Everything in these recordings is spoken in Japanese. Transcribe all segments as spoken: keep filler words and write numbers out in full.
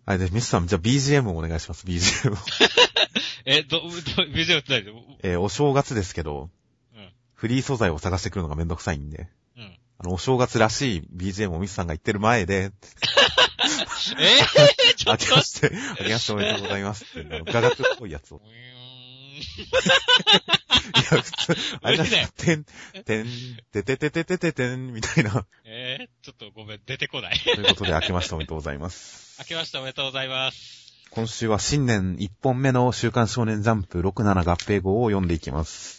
あれで、ミスさん、じゃあ ビージーエム をお願いします、ビージーエム を。 え、ど、ど、ビージーエム って何でえー、お正月ですけど、 うん。 フリー素材を探してくるのがめんどくさいんで、 うん。 あの、お正月らしい ビージーエム をミスさんが言ってる前で、 えー、ちょあっとけまして、あけましておめでとうございますっていう、あの、雅楽っぽいやつを。 うーん。 いや、普通、あれだよ、てん、てん、てててててててん、みたいな。 えー、ちょっとごめん、出てこない。 ということで、あけましておめでとうございます。 明けましておめでとうございます。 今週は新年いっぽんめの週刊少年ジャンプろくなな合併号を読んでいきます。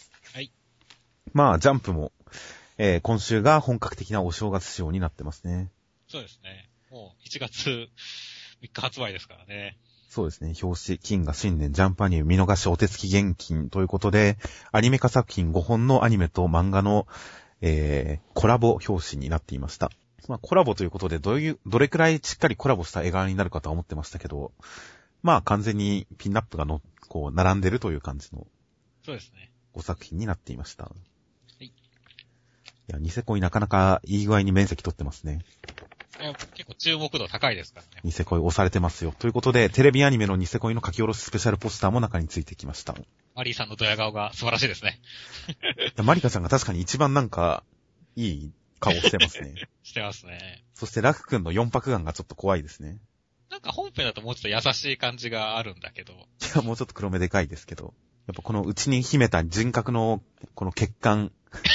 はい。 まあ、ジャンプも、えー、今週が本格的なお正月仕様になってますね。 そうですね。もういちがつみっか発売ですからね。 そうですね。表紙、金が新年ジャンプアニメ見逃しお手つき現金ということで、アニメ化作品ごほんのアニメと漫画の、えー、コラボ表紙になっていました。まあ、コラボということで、どういう、どれくらいしっかりコラボした絵柄になるかとは思ってましたけど、まあ、完全にピンナップがの、こう、並んでるという感じの、 そうですね。 ご作品になっていました。はい。 いや、ニセ恋なかなかいい具合に面積取ってますね。 いや結構注目度高いですからね。 ニセ恋押されてますよ。ということで、テレビアニメのニセ恋の書き下ろしスペシャルポスターも中についてきました。 マリーさんのドヤ顔が素晴らしいですね。 いやマリカちゃんが確かに一番なんか、いい顔してますね。 してますね。 そしてラク君の四白眼がちょっと怖いですね。 なんか本編だともうちょっと優しい感じがあるんだけど。 いや、もうちょっと黒目でかいですけど。やっぱこの内に秘めた人格の、この血管、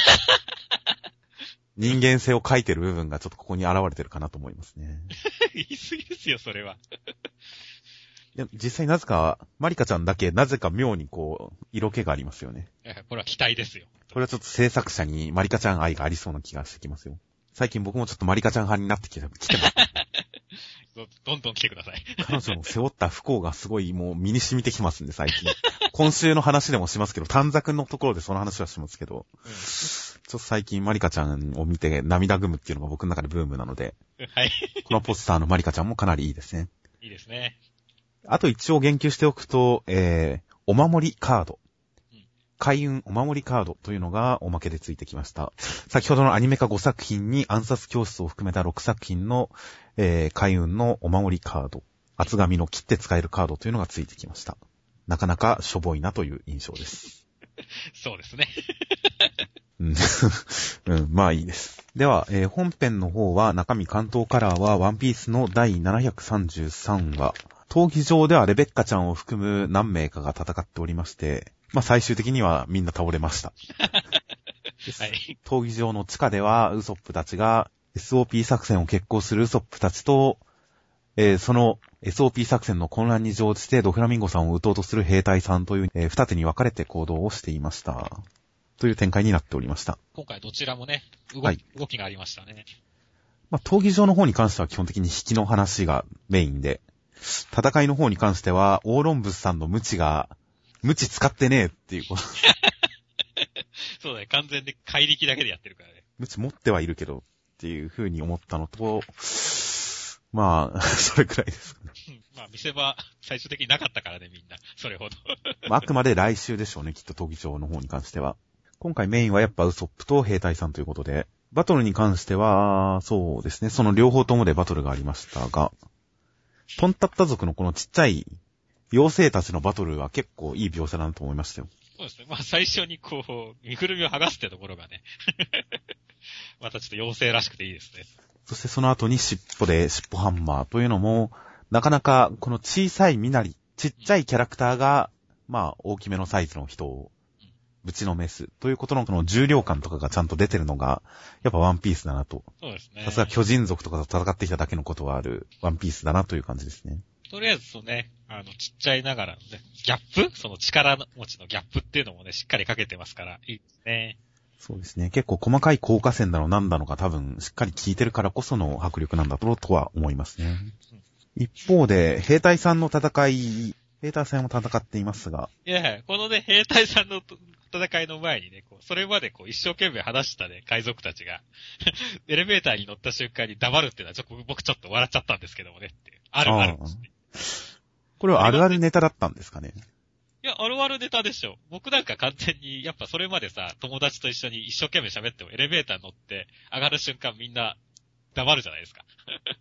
人間性を描いてる部分がちょっとここに現れてるかなと思いますね。 言い過ぎですよ、それは。 いや、実際なぜか、マリカちゃんだけなぜか妙にこう、色気がありますよね。 これは期待ですよ。 これはちょっと制作者にマリカちゃん愛がありそうな気がしてきますよ。最近僕もちょっとマリカちゃん派になってきて、来てます。 ど, どんどん来てください。 彼女の背負った不幸がすごいもう身に染みてきますんで、最近。今週の話でもしますけど、短冊のところでその話はしますけど、うん、ちょっと最近マリカちゃんを見て涙ぐむっていうのが僕の中でブームなので、 はい。 このポスターのマリカちゃんもかなりいいですね。 いいですね。 あと一応言及しておくと、えー、お守りカード。開運お守りカードというのがおまけでついてきました。先ほどのアニメ化ごさく品に暗殺教室を含めたろくさく品の、えー、開運のお守りカード、厚紙の切って使えるカードというのがついてきました。なかなかしょぼいなという印象です。 そうですね。 うん、うん、まあいいです。では、えー、本編の方は中身関東カラーはワンピースのだいななひゃくさんじゅうさんわ。闘技場ではレベッカちゃんを含む何名かが戦っておりまして、まあ最終的にはみんな倒れました。はい、闘技場の地下ではウソップたちが エスオーピー 作戦を決行するウソップたちと、えー、その エスオーピー 作戦の混乱に乗じてドフラミンゴさんを撃とうとする兵隊さんという、えー、二手に分かれて行動をしていました。という展開になっておりました。 今回どちらもね、動き、はい、動きがありましたね。 まあ、闘技場の方に関しては基本的に引きの話がメインで、戦いの方に関しては、オーロンブスさんの無知が、無知使ってねえっていうこと。 そうだね、完全に怪力だけでやってるからね。 無知持ってはいるけど、っていう風に思ったのと、まあ、それくらいですかね。 まあ、見せ場、最終的になかったからね、みんな。それほど。 まあ、あくまで来週でしょうね、きっと闘技場の方に関しては。今回メインはやっぱウソップと兵隊さんということで、バトルに関しては、そうですね、その両方ともでバトルがありましたが、トンタッタ族のこのちっちゃい妖精たちのバトルは結構いい描写だなと思いましたよ。 そうですね。まあ最初にこう、身ぐるみを剥がすってところがね。またちょっと妖精らしくていいですね。 そしてその後に尻尾で尻尾ハンマーというのも、なかなかこの小さい身なり、ちっちゃいキャラクターが、まあ大きめのサイズの人をぶちのめすということのこの重量感とかがちゃんと出てるのが、やっぱワンピースだなと。 そうですね。 さすが巨人族とかと戦ってきただけのことはあるワンピースだなという感じですね。 とりあえずそうね、あの、ちっちゃいながらのね、ギャップその力持ちのギャップっていうのもね、しっかりかけてますから、いいですね。 そうですね。結構細かい効果線だのなんだのが多分しっかり効いてるからこその迫力なんだろうとは思いますね。うん、一方で、兵隊さんの戦い、兵隊さんも戦っていますが。 いや、このね、兵隊さんの戦いの前にね、こうそれまでこう一生懸命話したね、海賊たちが、エレベーターに乗った瞬間に黙るっていうのは、ちょっと僕ちょっと笑っちゃったんですけどもねって。あるある、ね。 これはあるあるネタだったんですかね。 いや、あるあるネタでしょ。僕なんか完全に、やっぱそれまでさ、友達と一緒に一生懸命喋ってもエレベーター乗って上がる瞬間みんな黙るじゃないですか。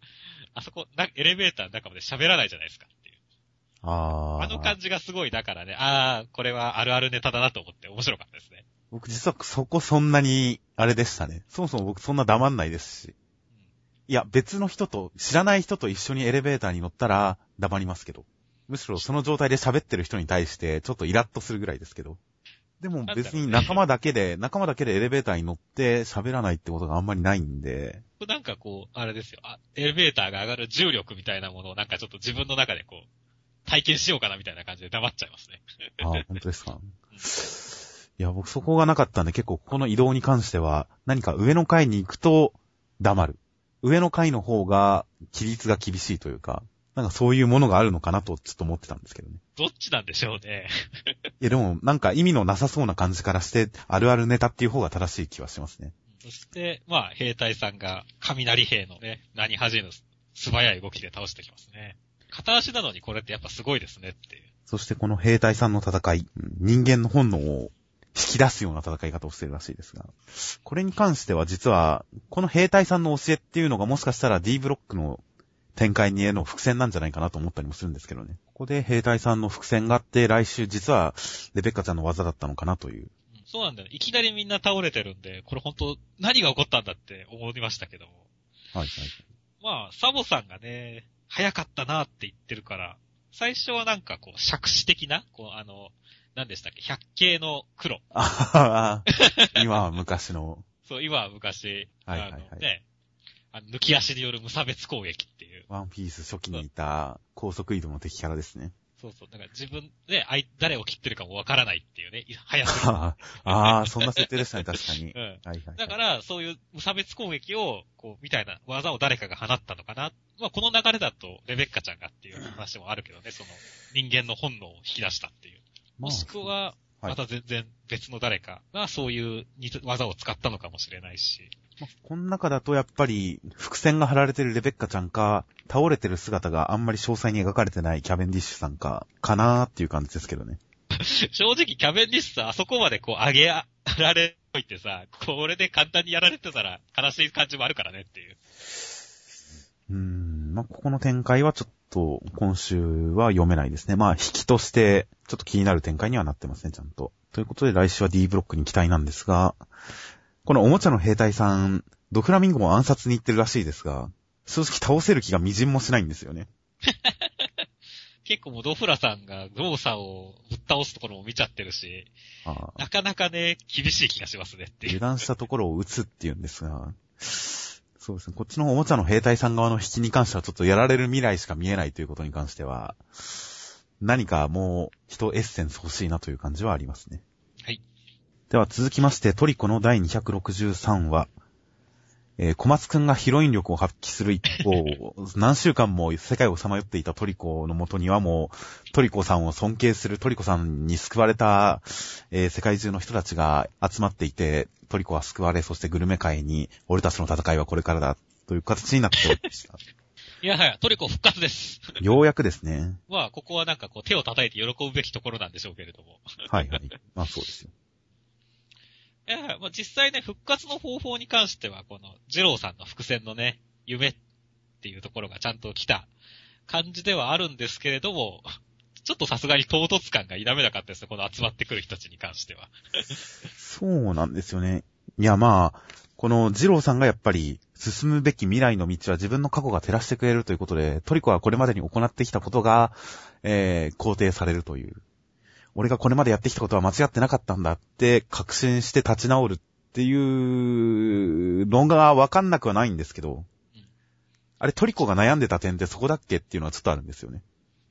あそこ、なエレベーターの中まで喋らないじゃないですかっていう。 ああ。 あの感じがすごい、だからね、ああ、これはあるあるネタだなと思って面白かったですね。 僕実はそこそんなに、あれでしたね。そもそも僕そんな黙んないですし。うん、いや、別の人と、知らない人と一緒にエレベーターに乗ったら黙りますけど。むしろその状態で喋ってる人に対してちょっとイラッとするぐらいですけど。でも別に仲間だけで、仲間だけでエレベーターに乗って喋らないってことがあんまりないんで。 なんかこう、あれですよ。エレベーターが上がる重力みたいなものをなんかちょっと自分の中でこう、体験しようかなみたいな感じで黙っちゃいますね。 ああ、本当ですか。いや、僕そこがなかったんで結構この移動に関しては何か上の階に行くと黙る。上の階の方が規律が厳しいというか、なんかそういうものがあるのかなとちょっと思ってたんですけどね。 どっちなんでしょうね。 いやでもなんか意味のなさそうな感じからしてあるあるネタっていう方が正しい気はしますね。 そして、まあ兵隊さんが雷兵のね、何恥じぬ素早い動きで倒してきますね。片足なのにこれってやっぱすごいですねっていう。 そしてこの兵隊さんの戦い、人間の本能を引き出すような戦い方をしているらしいですが、これに関しては実は、この兵隊さんの教えっていうのがもしかしたら D ブロックの展開にへの伏線なんじゃないかなと思ったりもするんですけどね。ここで兵隊さんの伏線があって、来週実はレベッカちゃんの技だったのかなという。 そうなんだよ。いきなりみんな倒れてるんで、これ本当何が起こったんだって思いましたけども。 はいはい。 まあ、サボさんがね、早かったなって言ってるから、最初はなんかこう、杓子的な、こうあの、何でしたっけ、百景の黒。 ああ、今は昔の。 そう、今は昔、 はいはいはい、 あのね、あの抜き足による無差別攻撃っていう。 ワンピース初期にいた高速移動の敵キャラですね。 そうそう。だから自分で、あい、誰を切ってるかもわからないっていうね、早すぎる。 ああ、そんな設定でしたね、確かに。 うん。 はいはいはい、 だから、そういう無差別攻撃を、こう、みたいな技を誰かが放ったのかな。まあ、この流れだと、レベッカちゃんがっていう話もあるけどね、その、人間の本能を引き出したっていう。 まあ、 もしくは、また全然別の誰かがそういう技を使ったのかもしれないし。 まあ、この中だとやっぱり伏線が張られてるレベッカちゃんか、倒れてる姿があんまり詳細に描かれてないキャベンディッシュさんか、かなーっていう感じですけどね。 正直キャベンディッシュさんあそこまでこう上げられといてさ、これで簡単にやられてたら悲しい感じもあるからねっていう。 うーん、まあ、ここの展開はちょっと今週は読めないですね。まあ、引きとしてちょっと気になる展開にはなってますね、ちゃんと。ということで来週は D ブロックに期待なんですが、このおもちゃの兵隊さん、ドフラミンゴを暗殺に行ってるらしいですが、正直倒せる気がみじんもしないんですよね。 結構もうドフラさんが動作をぶっ倒すところも見ちゃってるし、あなかなかね、厳しい気がしますねっていう。 油断したところを撃つっていうんですが、そうですね、こっちのおもちゃの兵隊さん側の引きに関してはちょっとやられる未来しか見えないということに関しては、何かもう一エッセンス欲しいなという感じはありますね。 はい。 では続きましてトリコのだいにひゃくろくじゅうさんわ、えー、小松くんがヒロイン力を発揮する一方、何週間も世界をさまよっていたトリコの元にはもう、トリコさんを尊敬するトリコさんに救われた、えー、世界中の人たちが集まっていて、トリコは救われ、そしてグルメ界に、俺たちの戦いはこれからだ、という形になっておりました。 いやはや、トリコ復活です。 ようやくですね。 まあ、ここはなんかこう手を叩いて喜ぶべきところなんでしょうけれども。 はいはい。まあそうですよ。 いや、まあ、実際ね、復活の方法に関しては、この、ジローさんの伏線のね、夢っていうところがちゃんと来た感じではあるんですけれども、ちょっとさすがに唐突感が否めなかったですね、この集まってくる人たちに関しては。 そうなんですよね。いやまあ、このジローさんがやっぱり、進むべき未来の道は自分の過去が照らしてくれるということで、トリコはこれまでに行ってきたことが、えー、肯定されるという。俺がこれまでやってきたことは間違ってなかったんだって確信して立ち直るっていうのがわかんなくはないんですけど、うん、あれトリコが悩んでた点ってそこだっけっていうのはちょっとあるんですよね。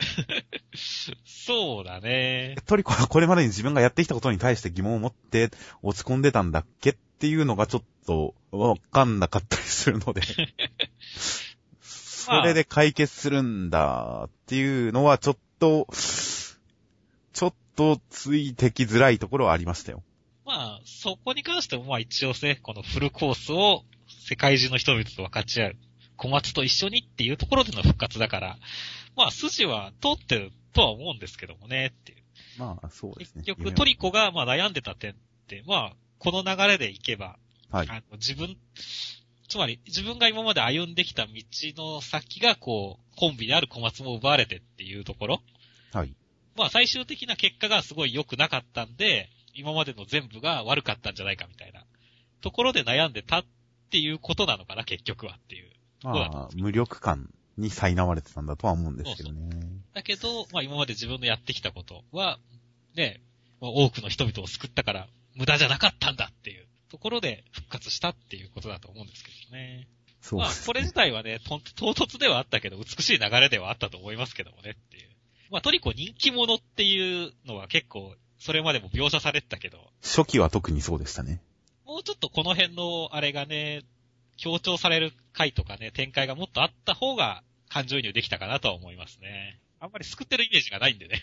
そうだね。 トリコはこれまでに自分がやってきたことに対して疑問を持って落ち込んでたんだっけっていうのがちょっとわかんなかったりするので、それで解決するんだっていうのはちょっと、ちょっとついてきづらいところはありましたよ。 まあ、そこに関してもまあ一応ね、このフルコースを世界中の人々と分かち合う。小松と一緒にっていうところでの復活だから、まあ筋は通ってるとは思うんですけどもね、っていう。 まあそうですね。 結局トリコがまあ悩んでた点って、まあ、この流れでいけば、 はい、 あの自分、 つまり自分が今まで歩んできた道の先がこう、コンビである小松も奪われてっていうところ。 はい。 まあ最終的な結果がすごい良くなかったんで、今までの全部が悪かったんじゃないかみたいなところで悩んでたっていうことなのかな、結局はっていう。 まあ、無力感に苛まれてたんだとは思うんですけどね。そうそうだけど、まあ今まで自分のやってきたことは、ね、多くの人々を救ったから無駄じゃなかったんだっていうところで復活したっていうことだと思うんですけどね。 そうですね。 まあこれ自体はね、唐突ではあったけど、美しい流れではあったと思いますけどもねっていう。まあトリコ人気者っていうのは結構、それまでも描写されてたけど。 初期は特にそうでしたね。 もうちょっとこの辺のあれがね、強調される回とかね、展開がもっとあった方が感情移入できたかなとは思いますね。あんまり救ってるイメージがないんでね。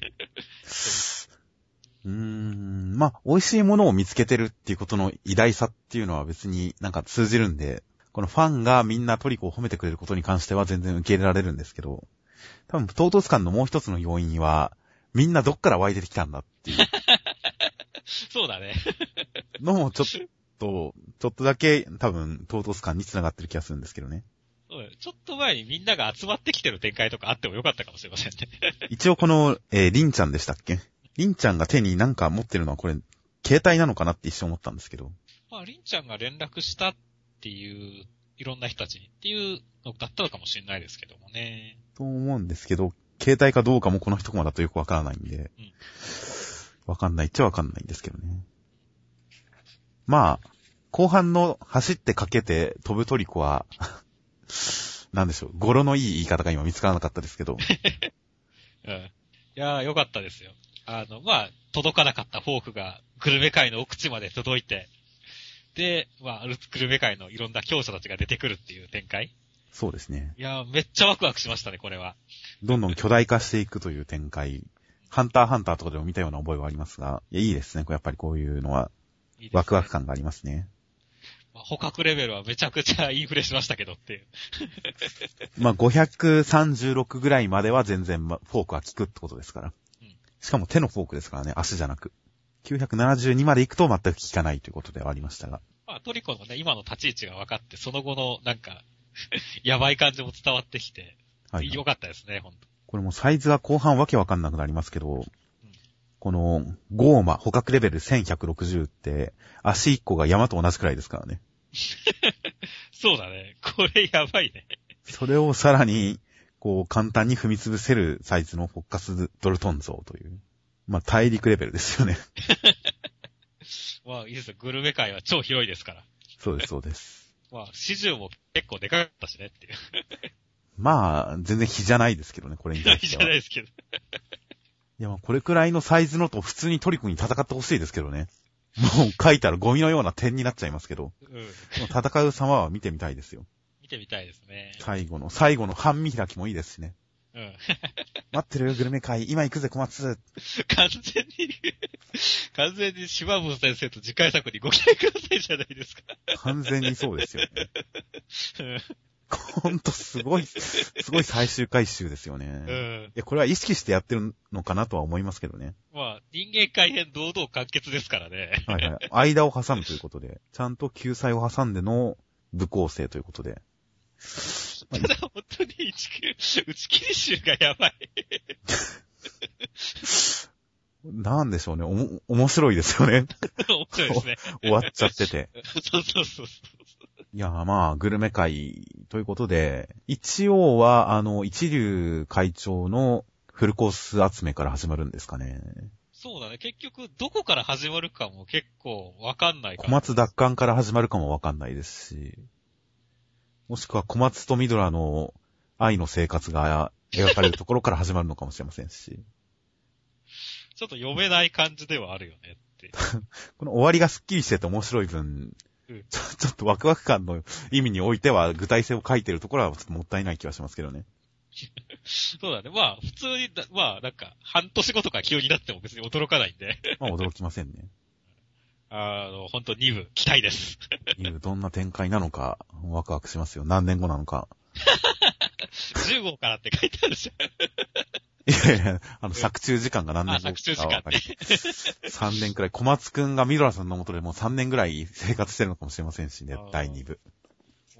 うーん、まあ、美味しいものを見つけてるっていうことの偉大さっていうのは別になんか通じるんで、このファンがみんなトリコを褒めてくれることに関しては全然受け入れられるんですけど、多分唐突感のもう一つの要因は、みんなどっから湧いてきたんだっていう。 そうだね。 のもちょっと、ちょっとだけ多分唐突感につながってる気がするんですけどね。 そうだね。ちょっと前にみんなが集まってきてる展開とかあってもよかったかもしれませんね。 一応この、えー、リンちゃんでしたっけ？リンちゃんが手になんか持ってるのはこれ、携帯なのかなって一瞬思ったんですけど。 まあ、リンちゃんが連絡したっていう、いろんな人たちにっていうのだったのかもしれないですけどもね。 と思うんですけど、携帯かどうかもこの一コマだとよくわからないんで、わ、うん、かんないっちゃわかんないんですけどね。まあ、後半の走ってかけて飛ぶトリコは、なんでしょう、語呂のいい言い方が今見つからなかったですけど。 うん。いやー、よかったですよ。あの、まあ、届かなかったフォークがグルメ界の奥地まで届いて、で、まあ、グルメ界のいろんな強者たちが出てくるっていう展開。 そうですね。 いやー、めっちゃワクワクしましたね、これは。 どんどん巨大化していくという展開。ハンターハンターとかでも見たような覚えはありますが、いや、いいですね。やっぱりこういうのは、ワクワク感がありますね。 まあ、捕獲レベルはめちゃくちゃインフレしましたけどっていう。 まあ、ごひゃくさんじゅうろくぐらいまでは全然フォークは効くってことですから。うん、しかも手のフォークですからね、足じゃなく。きゅうひゃくななじゅうにまで行くと全く効かないということではありましたが。 まあ、トリコのね、今の立ち位置が分かって、その後のなんか、やばい感じも伝わってきて、はい、よかったですね、ほんと。 これもサイズは後半わけわかんなくなりますけど、うん、この、ゴーマ、捕獲レベルせんひゃくろくじゅうって、足いっこが山と同じくらいですからね。 そうだね。これやばいね。 それをさらに、こう、簡単に踏み潰せるサイズのフォッカスドルトン像という。まあ、大陸レベルですよね。 まあ、いいですよ。グルメ界は超広いですから。 そうです、そうです。 まあ、始終も結構でかかったしねっていう。 まあ、全然比じゃないですけどね、これに対しては。 比じゃないですけど。 いや、まあ、これくらいのサイズのと普通にトリコに戦ってほしいですけどね。もう書いたらゴミのような点になっちゃいますけど。うん。戦う様は見てみたいですよ。 見てみたいですね。 最後の、最後の半身開きもいいですしね。うん。待ってるよ、グルメ会。今行くぜ、小松。 完全に、完全に島本先生と次回作にご期待くださいじゃないですか。 完全にそうですよね。ほんとすごい、すごい最終回集ですよね。うん。いや、これは意識してやってるのかなとは思いますけどね。 まあ、人間改変堂々完結ですからね。 はいはい。間を挟むということで、ちゃんと救済を挟んでの武構成ということで。 ただ本当に打ち切り、打ち切り集がやばい。 なんでしょうね。おも、面白いですよね。 面白いですね。 終わっちゃってて。 そうそうそうそう。 いや、まあ、グルメ会ということで、一応は、あの、一流会長のフルコース集めから始まるんですかね。 そうだね。結局、どこから始まるかも結構わかんないから。 小松奪還から始まるかもわかんないですし、もしくは小松とミドラの愛の生活が描かれるところから始まるのかもしれませんし。 ちょっと読めない感じではあるよねって。 この終わりがスッキリしてて面白い分、うん、ちょ、ちょっとワクワク感の意味においては具体性を書いてるところはちょっともったいない気はしますけどね。 そうだね。まあ、普通に、まあ、なんか、半年後とか急になっても別に驚かないんで。 まあ、驚きませんね。 あの、ほんとに部、期待です。 に部、どんな展開なのか、ワクワクしますよ。何年後なのか。 じゅうごうからって書いてあるじゃん。 いやいや、あの、作中時間が何年後か。 あ、作中時間ね。 さんねんくらい。小松くんがミドラさんの元でもうさんねんくらい生活してるのかもしれませんしね、だいに部。 もう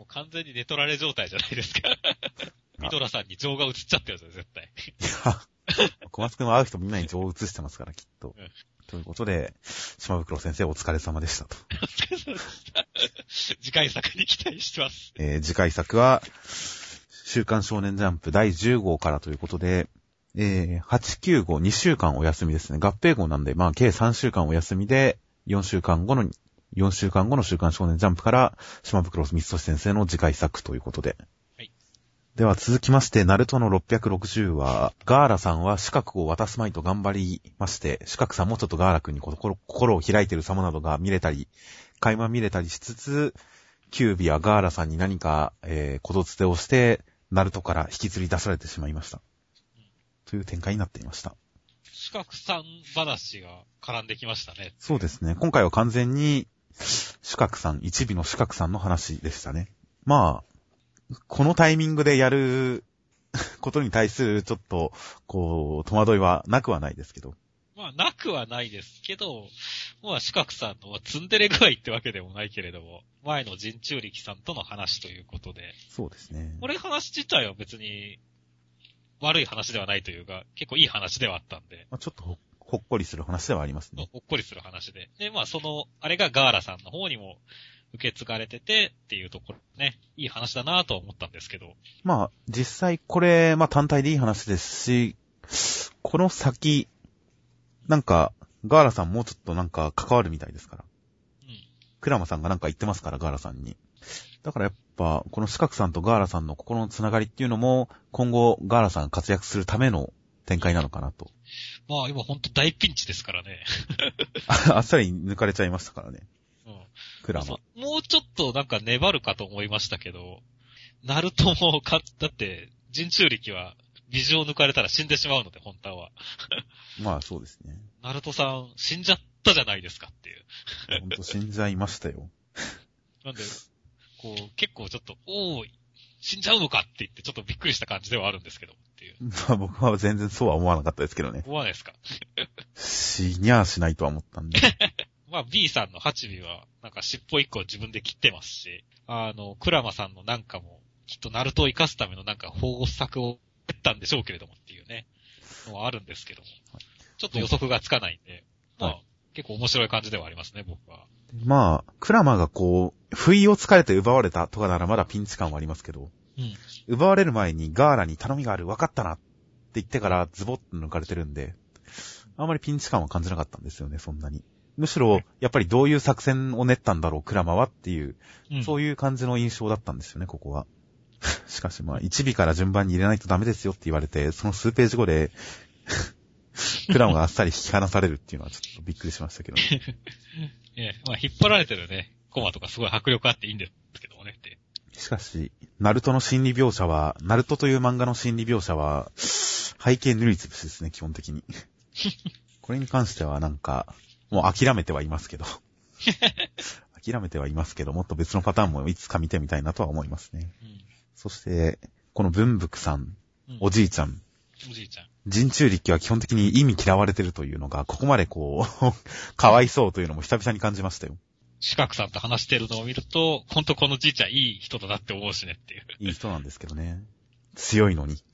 完全にネトラレ状態じゃないですか。ミドラさんに情が映っちゃってるんですよ、絶対。 いや、小松くんは会う人みんなに情を映してますから、きっと。うん、ということで、島袋先生お疲れ様でしたと。 お疲れ様でした。次回作に期待してます。 えー、次回作は、週刊少年ジャンプだいじゅう号からということで、えー、はち、きゅう号にしゅうかんお休みですね。合併号なんで、まあ、計さんしゅうかんお休みで、よんしゅうかんごの、よんしゅうかんごの週刊少年ジャンプから、島袋光俊先生の次回作ということで。はい。では続きまして、ナルトのろっぴゃくろくじゅう話、ガーラさんは資格を渡すまいと頑張りまして、資格さんもちょっとガーラ君に心、心を開いている様などが見れたり、垣間見れたりしつつ、キュービやガーラさんに何か、えー、ことつてをして、ナルトから引きずり出されてしまいました。うん、という展開になっていました。 資格さん話が絡んできましたね。 そうですね。今回は完全に、資格さん、一尾の資格さんの話でしたね。まあ、このタイミングでやることに対するちょっと、こう、戸惑いはなくはないですけど。 まあ、なくはないですけど、まあ、資格さんのツンデレ具合ってわけでもないけれども、前の人中力さんとの話ということで。 そうですね。 これ話自体は別に悪い話ではないというか、結構いい話ではあったんで。 まあ、ちょっとほ、ほっこりする話ではありますね。 ほっこりする話で。で、まあ、その、あれがガーラさんの方にも受け継がれててっていうところね、いい話だなぁとは思ったんですけど。 まあ、実際これ、まあ単体でいい話ですし、この先、なんか、ガーラさんもうちょっとなんか関わるみたいですから。うん。クラマさんがなんか言ってますから、ガーラさんに。だからやっぱ、この四角さんとガーラさんの心のつながりっていうのも、今後、ガーラさんが活躍するための展開なのかなと。 まあ今ほんと大ピンチですからね。 あっさり抜かれちゃいましたからね。うん。クラマ。 もうちょっとなんか粘るかと思いましたけど、ナルトもか、だって、人中力は、美女を抜かれたら死んでしまうので、本当は。 まあそうですね。 ナルトさん、死んじゃったじゃないですかっていう。 ほんと死んじゃいましたよ。 なんで、こう、結構ちょっと、おーい、死んじゃうのかって言ってちょっとびっくりした感じではあるんですけど、っていう。 まあ僕は全然そうは思わなかったですけどね。 思わないですか死にゃーしないとは思ったんで。 まあ B さんのはち尾は、なんか尻尾一個自分で切ってますし、あの、クラマさんのなんかも、きっとナルトを生かすためのなんか方策をやったんでしょうけれどもっていうね、のはあるんですけども。ちょっと予測がつかないんで、まあ、はい、結構面白い感じではありますね、僕は。 まあ、クラマがこう、不意をつかれて奪われたとかならまだピンチ感はありますけど、うん、奪われる前にガーラに頼みがある、分かったなって言ってからズボッと抜かれてるんで、あんまりピンチ感は感じなかったんですよね、そんなに。むしろ、やっぱりどういう作戦を練ったんだろう、クラマはっていう、うん、そういう感じの印象だったんですよね、ここは。しかしまあ、いち尾から順番に入れないとダメですよって言われて、その数ページ後で、クラマがあっさり引き離されるっていうのはちょっとびっくりしましたけどね。 ええ、まあ引っ張られてるね、コマとかすごい迫力あっていいんですけどもねって。 しかし、ナルトの心理描写は、ナルトという漫画の心理描写は、背景塗りつぶしですね、基本的に。これに関してはなんか、もう諦めてはいますけど。諦めてはいますけど、もっと別のパターンもいつか見てみたいなとは思いますね。うん、そして、この文福さん、うん、おじいちゃん。 おじいちゃん。 人中力は基本的に意味嫌われてるというのが、ここまでこう、かわいそうというのも久々に感じましたよ。 四角さんと話してるのを見ると、ほんとこのじいちゃんいい人だなって思うしねっていう。 いい人なんですけどね。強いのに。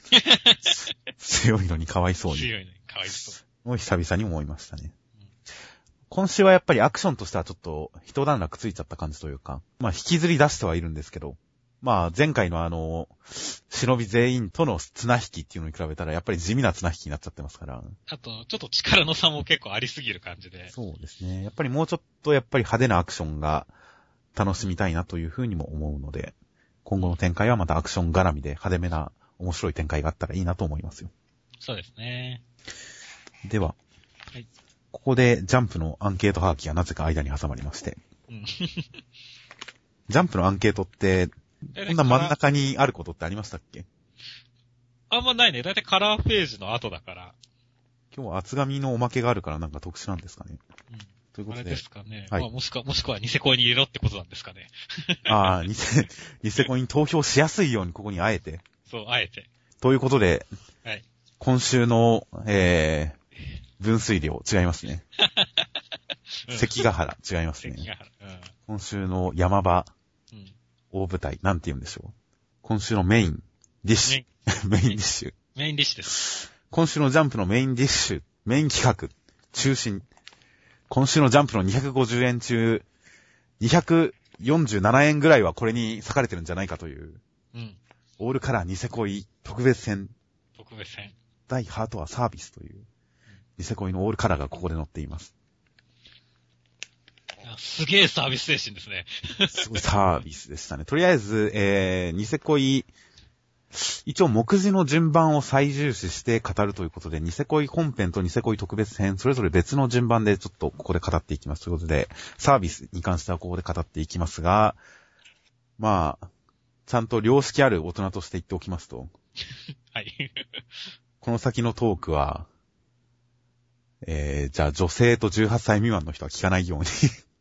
強いのにかわいそうに。 強いのにかわいそう。 もう久々に思いましたね。うん、今週はやっぱりアクションとしてはちょっと一段落ついちゃった感じというか、まあ引きずり出してはいるんですけど、まあ前回のあの、忍び全員との綱引きっていうのに比べたらやっぱり地味な綱引きになっちゃってますから。 あと、ちょっと力の差も結構ありすぎる感じで。 そうですね。やっぱりもうちょっとやっぱり派手なアクションが楽しみたいなというふうにも思うので、今後の展開はまたアクション絡みで派手めな面白い展開があったらいいなと思いますよ。 そうですね。 では、 はい、 ここでジャンプのアンケートはがきがなぜか間に挟まりまして。うん、ジャンプのアンケートって、こんな真ん中にあることってありましたっけ？ あんまないね。だいたいカラーページの後だから。 今日は厚紙のおまけがあるからなんか特殊なんですかね。 うん。 ということで。 あれですかね。 はい。 まあ、もしくは、もしくはニセコイに入れろってことなんですかね。 ああ、ニセ、ニセコイに投票しやすいようにここにあえて。 そう、あえて。 ということで、 はい。 今週の、えー、分水量違いますね。うん、関ヶ原違いますね。 関ヶ原。うん。 今週の山場。うん。 大舞台、なんて言うんでしょう。今週のメイン、ディッシュ。メインディッシュ。 メインディッシュです。 今週のジャンプのメインディッシュ、メイン企画、中心。今週のジャンプのにひゃくごじゅうえん中、にひゃくよんじゅうななえんぐらいはこれに割かれてるんじゃないかという。 うん。 オールカラーニセ恋特別編。 特別編。 大ハートはサービスという。ニセ恋のオールカラーがここで載っています。 すげえサービス精神ですね。 すごいサービスでしたね。とりあえず、えー、ニセ恋、一応目次の順番を最重視して語るということで、ニセ恋本編とニセ恋特別編、それぞれ別の順番でちょっとここで語っていきます。ということで、サービスに関してはここで語っていきますが、まあ、ちゃんと良識ある大人として言っておきますと、 はい。 この先のトークは、えー、じゃあ女性とじゅうはっさい未満の人は聞かないように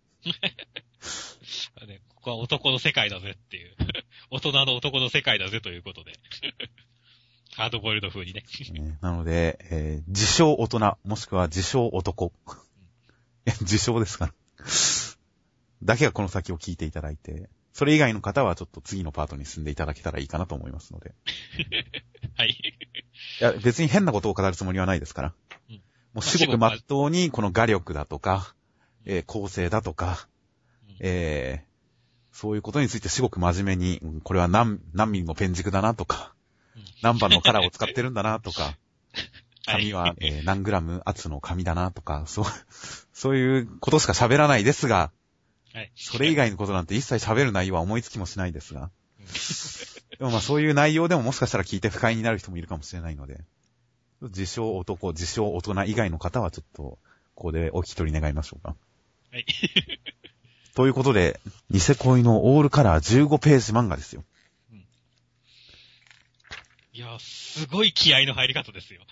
ね、ここは男の世界だぜっていう。大人の男の世界だぜということで。ハードボイルド風にね。 ねなので、えー、自称大人、もしくは自称男。え、自称ですかだけがこの先を聞いていただいて、それ以外の方はちょっと次のパートに進んでいただけたらいいかなと思いますので。 はい。 いや、別に変なことを語るつもりはないですから。うん、もう至極真っ当にこの画力だとか、えー、構成だとか、うん、えー、そういうことについて至極真面目に、これは何、何ミリのペン軸だなとか、うん、何番のカラーを使ってるんだなとか、紙は、えー、何グラム厚の紙だなとか、そう、そういうことしか喋らないですが、 はい、 それ以外のことなんて一切喋る内容は思いつきもしないですが、でもまあそういう内容でももしかしたら聞いて不快になる人もいるかもしれないので、自称男、自称大人以外の方はちょっと、ここでお聞き取り願いましょうか。 はい。 ということで、ニセ恋のオールカラーじゅうごページ漫画ですよ。うん、 いや、すごい気合の入り方ですよ。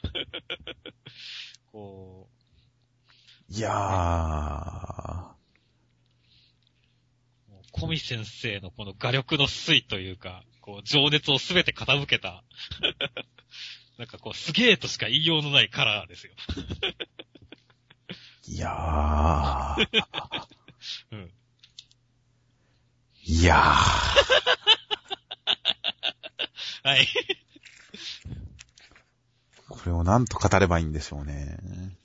こう。いやー。 小見先生のこの画力の推というか、こう、情熱をすべて傾けた、なんかこう、すげーとしか言いようのないカラーですよ。 いやー。 うん、 いやー。 はい。 これを何と語ればいいんでしょうね。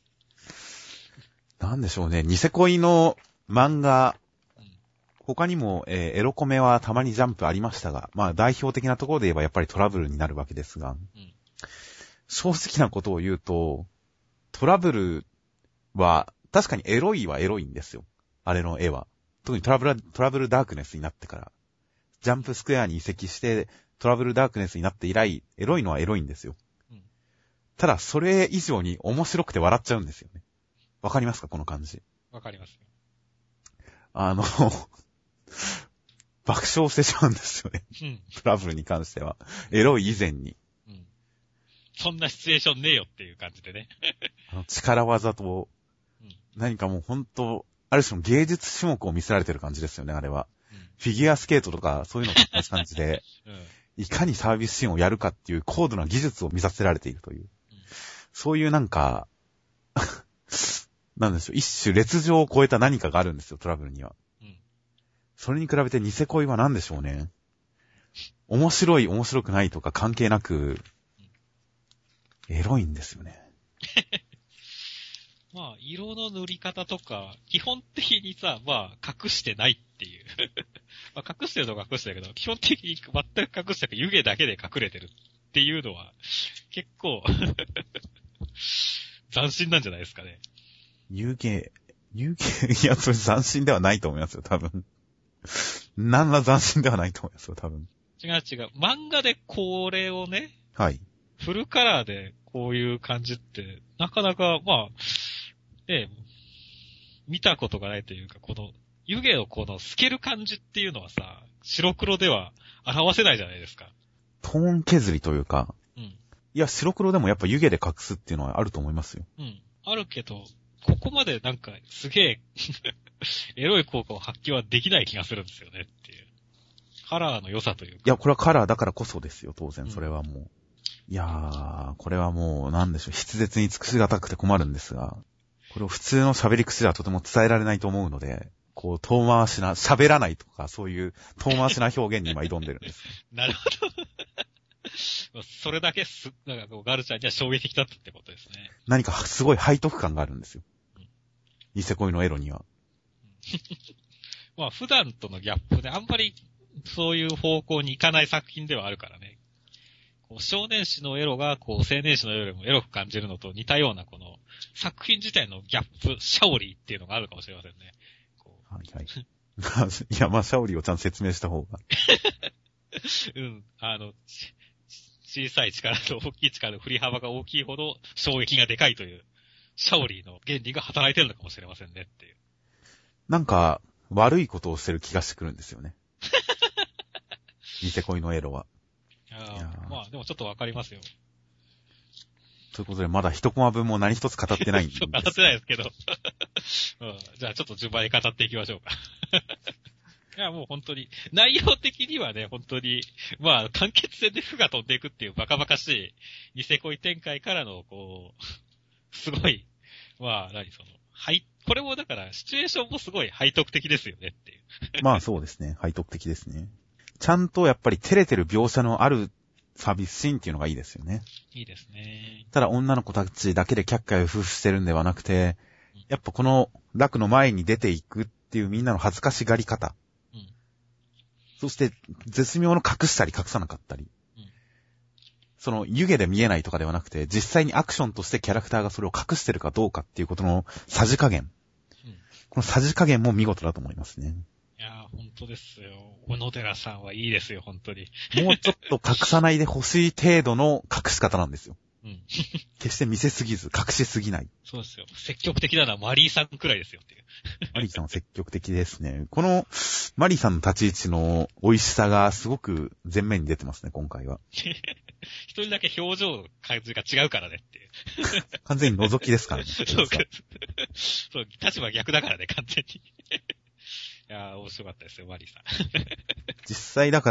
なんでしょうね。ニセ恋の漫画、他にも、えー、エロコメはたまにジャンプありましたが、まあ代表的なところで言えばやっぱりトラブルになるわけですが、うん、正直なことを言うと、トラブルは、確かにエロいはエロいんですよ。あれの絵は。特にトラブル、トラブルダークネスになってから。ジャンプスクエアに移籍して、トラブルダークネスになって以来、エロいのはエロいんですよ。うん、ただ、それ以上に面白くて笑っちゃうんですよね。わかりますかこの感じ。 わかります。 あの、爆笑してしまうんですよね。うん、トラブルに関しては。エロい以前に。 うん、そんなシチュエーションねえよっていう感じでね。 あの力技と、うん、何かもう本当、ある種の芸術種目を見せられてる感じですよね、あれは。うん、フィギュアスケートとかそういうのと同じ感じで、うん、いかにサービスシーンをやるかっていう高度な技術を見させられているという。うん、そういうなんか、なんでしょう、一種劣情を超えた何かがあるんですよ、トラブルには。それに比べてニセ恋は何でしょうね。面白い、面白くないとか関係なく、エロいんですよね。 まあ、色の塗り方とか、基本的にさ、まあ、隠してないっていう。まあ、隠してると隠してるけど、基本的に全く隠してる湯気だけで隠れてるっていうのは、結構、斬新なんじゃないですかね。 湯気、湯気、いや、それ斬新ではないと思いますよ、多分。何ら斬新ではないと思いますよ、多分。 違う違う。漫画でこれをね。 はい。 フルカラーでこういう感じって、なかなか、まあ、ね、見たことがないというか、この、湯気をこの透ける感じっていうのはさ、白黒では表せないじゃないですか。 トーン削りというか。うん。いや、白黒でもやっぱ湯気で隠すっていうのはあると思いますよ。 うん。あるけど、ここまでなんかすげえ、エロい効果を発揮はできない気がするんですよねっていう。カラーの良さというか。 いや、これはカラーだからこそですよ、当然。それはもう。うん、いやー、これはもう、なんでしょう、筆舌に尽くしがたくて困るんですが、これを普通の喋り口ではとても伝えられないと思うので、 こう、遠回しな、喋らないとか、そういう遠回しな表現に今挑んでるんです。 なるほど。それだけす、なんかこう、ガルちゃんには衝撃的だったってことですね。 何かすごい背徳感があるんですよ。うん、ニセ恋のエロには。 まあ、普段とのギャップであんまりそういう方向に行かない作品ではあるからね。こう少年誌のエロが、こう、青年誌のエロよりもエロく感じるのと似たような、この、作品自体のギャップ、シャオリーっていうのがあるかもしれませんね。 はいはい。いや、まあ、シャオリーをちゃんと説明した方が。 うん。あの、小さい力と大きい力の振り幅が大きいほど衝撃がでかいという、シャオリーの原理が働いてるのかもしれませんねっていう。 なんか、悪いことをしてる気がしてくるんですよね。ニセ恋のエロは。 いやまあ、でもちょっとわかりますよ。 ということで、まだ一コマ分も何一つ語ってないんです。 そう、語ってないですけど。うん、じゃあちょっと順番に語っていきましょうか。いや、もう本当に、内容的にはね、本当に、まあ、完結戦で負が飛んでいくっていうバカバカしい、ニセ恋展開からの、こう、すごい、まあ、何その、はい、これもだから、シチュエーションもすごい背徳的ですよねっていう。 まあそうですね、背徳的ですね。ちゃんとやっぱり照れてる描写のあるサービスシーンっていうのがいいですよね。 いいですね。 ただ女の子たちだけでキャッキャウフフしてるんではなくて、やっぱこの楽の前に出ていくっていうみんなの恥ずかしがり方。うん、そして絶妙の隠したり隠さなかったり。うん、その湯気で見えないとかではなくて、実際にアクションとしてキャラクターがそれを隠してるかどうかっていうことのさじ加減。うん、このさじ加減も見事だと思いますね。 いやー、ほんとですよ。小野寺さんはいいですよ、ほんとに。 もうちょっと隠さないでほしい程度の隠し方なんですよ。うん、決して見せすぎず、隠しすぎない。 そうですよ。積極的なのはマリーさんくらいですよっていう。 マリーさんは積極的ですね。このマリーさんの立ち位置の美味しさがすごく前面に出てますね、今回は。 一人だけ表情の感じが違うからねっていう。 完全に覗きですからね。 そうか。そう、立場逆だからね、完全に。いやー、面白かったですよ、マリーさん。 実際だから、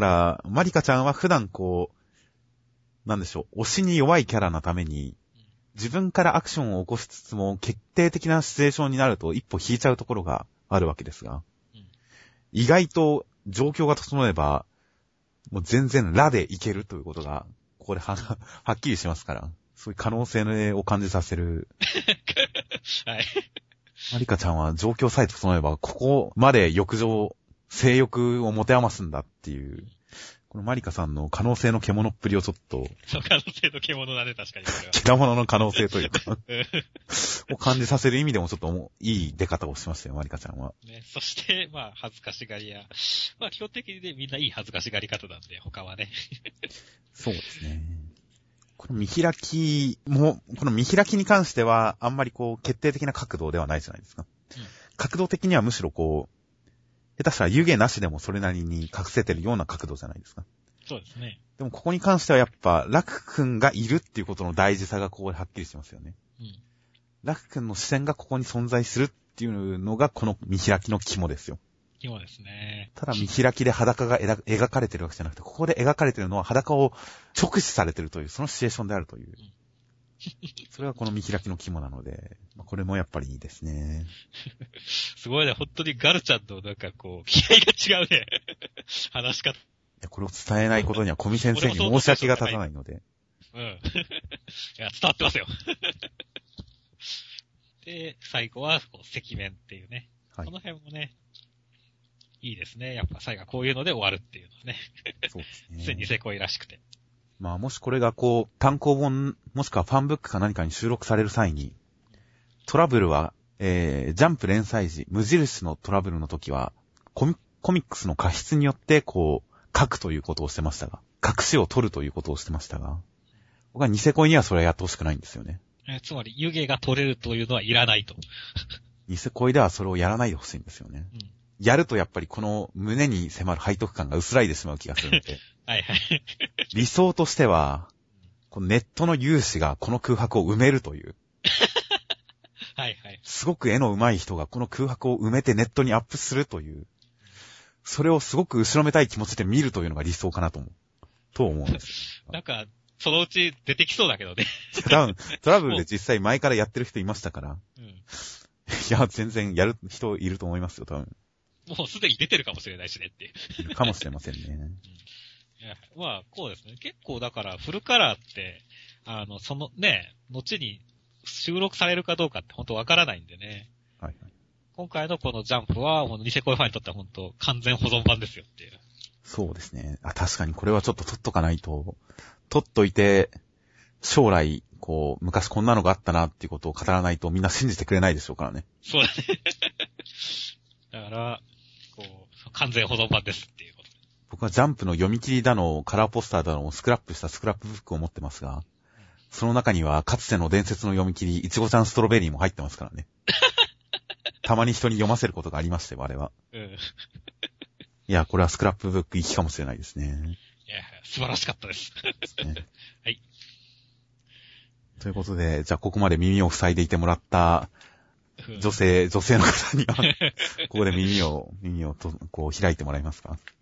マリカちゃんは普段こう、なんでしょう、推しに弱いキャラなために、自分からアクションを起こしつつも、決定的なシチュエーションになると一歩引いちゃうところがあるわけですが、うん、意外と状況が整えば、もう全然ラでいけるということが、ここで は, はっきりしますから、そういう可能性を感じさせる。 はい。 マリカちゃんは状況さえ整えば、ここまで欲情、性欲を持て余すんだっていう、このマリカさんの可能性の獣っぷりをちょっと。 そう、可能性の獣だね、確かにこれは。 獣の可能性というか、を感じさせる意味でもちょっといい出方をしましたよ、マリカちゃんは。 ね、そして、まあ、恥ずかしがりや。まあ、基本的にね、みんないい恥ずかしがり方なんで、他はね。 そうですね。この見開きも、この見開きに関しては、あんまりこう、決定的な角度ではないじゃないですか。うん、角度的にはむしろこう、下手したら湯気なしでもそれなりに隠せてるような角度じゃないですか。 そうですね。 でもここに関してはやっぱ、ラク君がいるっていうことの大事さがここではっきりしますよね。うん、ラク君の視線がここに存在するっていうのがこの見開きの肝ですよ。 肝ですね。 ただ見開きで裸が描かれてるわけじゃなくて、ここで描かれてるのは裸を直視されてるという、そのシチュエーションであるという。うん、それがこの見開きの肝なので、まあ、これもやっぱりいいですね。 すごいね、本当にガルちゃんのなんかこう、気合が違うね。話し方。 いや、これを伝えないことには小見先生に申し訳が立たないので。 うん。いや、伝わってますよ。で、最後は、こう、赤面っていうね。はい、この辺もね、いいですね。やっぱ最後はこういうので終わるっていうのはね。そうですね。ニセ恋らしくて。 まあもしこれがこう、単行本、もしくはファンブックか何かに収録される際に、トラブルは、えー、ジャンプ連載時、無印のトラブルの時は、コミ、コミックスの過失によって、こう、書くということをしてましたが、隠しを取るということをしてましたが、僕はニセ恋にはそれはやってほしくないんですよね。 えー、つまり、湯気が取れるというのはいらないと。 ニセ恋ではそれをやらないでほしいんですよね。うん、やるとやっぱりこの胸に迫る背徳感が薄らいでしまう気がするので。 はいはい。 理想としては、このネットの有志がこの空白を埋めるという。 はいはい。 すごく絵の上手い人がこの空白を埋めてネットにアップするという。それをすごく後ろめたい気持ちで見るというのが理想かなと思う。と思うんです。 なんか、そのうち出てきそうだけどね。 多分、トラブルで実際前からやってる人いましたから。うん、いや、全然やる人いると思いますよ、多分。 もうすでに出てるかもしれないしねっていう。 かもしれませんね。 うん、いやまあ、こうですね。結構だからフルカラーって、あの、そのね、後に収録されるかどうかって本当わからないんでね。 はいはい。 今回のこのジャンプは、ニセコイファンにとっては本当完全保存版ですよっていう。 そうですね。あ、確かにこれはちょっと撮っとかないと、撮っといて、将来、こう、昔こんなのがあったなっていうことを語らないとみんな信じてくれないでしょうからね。 そうだね。だから、こう、完全保存版ですっていうこと。 僕はジャンプの読み切りだの、カラーポスターだのをスクラップしたスクラップブックを持ってますが、その中にはかつての伝説の読み切り、いちごちゃんストロベリーも入ってますからね。たまに人に読ませることがありまして、あれは。うん。いや、これはスクラップブック行きかもしれないですね。 いや、素晴らしかったです。ですね、はい。 ということで、じゃあここまで耳を塞いでいてもらった女性、女性の方には、ここで耳を、耳をと、こう開いてもらえますか？